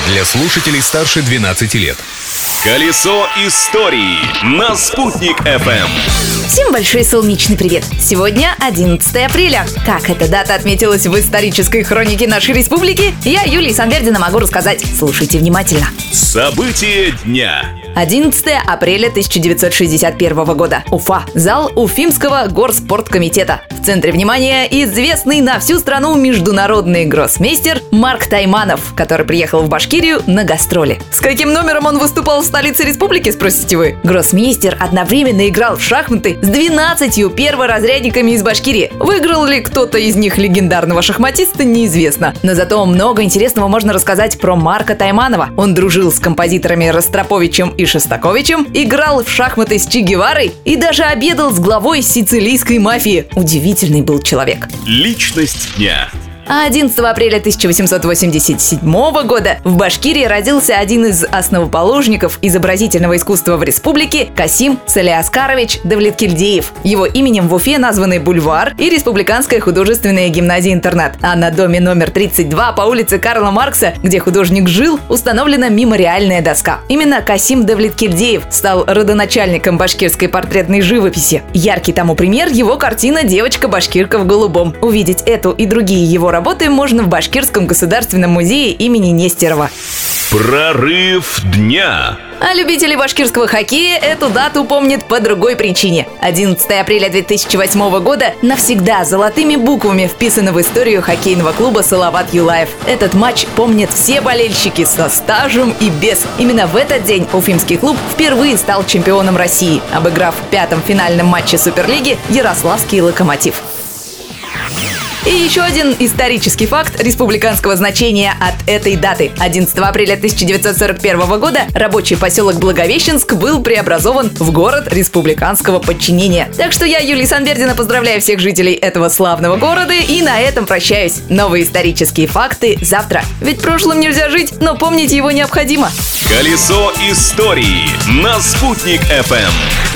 Для слушателей старше 12 лет. Колесо истории на Спутник FM. Всем большой солнечный привет! Сегодня 11 апреля. Как эта дата отметилась в исторической хронике нашей республики, я, Юлия Санвердина, могу рассказать. Слушайте внимательно. События дня. 11 апреля 1961 года. Уфа. Зал Уфимского горспорткомитета. В центре внимания известный на всю страну международный гроссмейстер Марк Тайманов, который приехал в Башкирию на гастроли. С каким номером он выступал в столице республики, спросите вы? Гроссмейстер одновременно играл в шахматы с 12 перворазрядниками из Башкирии. Выиграл ли кто-то из них легендарного шахматиста, неизвестно. Но зато много интересного можно рассказать про Марка Тайманова. Он дружил с композиторами Ростроповичем и Шостаковичем, играл в шахматы с Че Геварой и даже обедал с главой сицилийской мафии. Удивительный был человек. Личность дня. А 11 апреля 1887 года в Башкирии родился один из основоположников изобразительного искусства в республике Касим Салиаскарович Давлеткильдеев. Его именем в Уфе названы бульвар и Республиканская художественная гимназия-интернат. А на доме номер 32 по улице Карла Маркса, где художник жил, установлена мемориальная доска. Именно Касим Давлеткильдеев стал родоначальником башкирской портретной живописи. Яркий тому пример — его картина «Девочка-башкирка в голубом». Увидеть эту и другие его работы можно в Башкирском государственном музее имени Нестерова. Прорыв дня. А любители башкирского хоккея эту дату помнят по другой причине. 11 апреля 2008 года навсегда золотыми буквами вписано в историю хоккейного клуба «Салават Юлаев». Этот матч помнят все болельщики со стажем и без. Именно в этот день уфимский клуб впервые стал чемпионом России, обыграв в пятом финальном матче Суперлиги Ярославский «Локомотив». И еще один исторический факт республиканского значения от этой даты. 11 апреля 1941 года рабочий поселок Благовещенск был преобразован в город республиканского подчинения. Так что я, Юлия Санвердина, поздравляю всех жителей этого славного города и на этом прощаюсь. Новые исторические факты завтра. Ведь прошлым нельзя жить, но помнить его необходимо. Колесо истории на Спутник FM.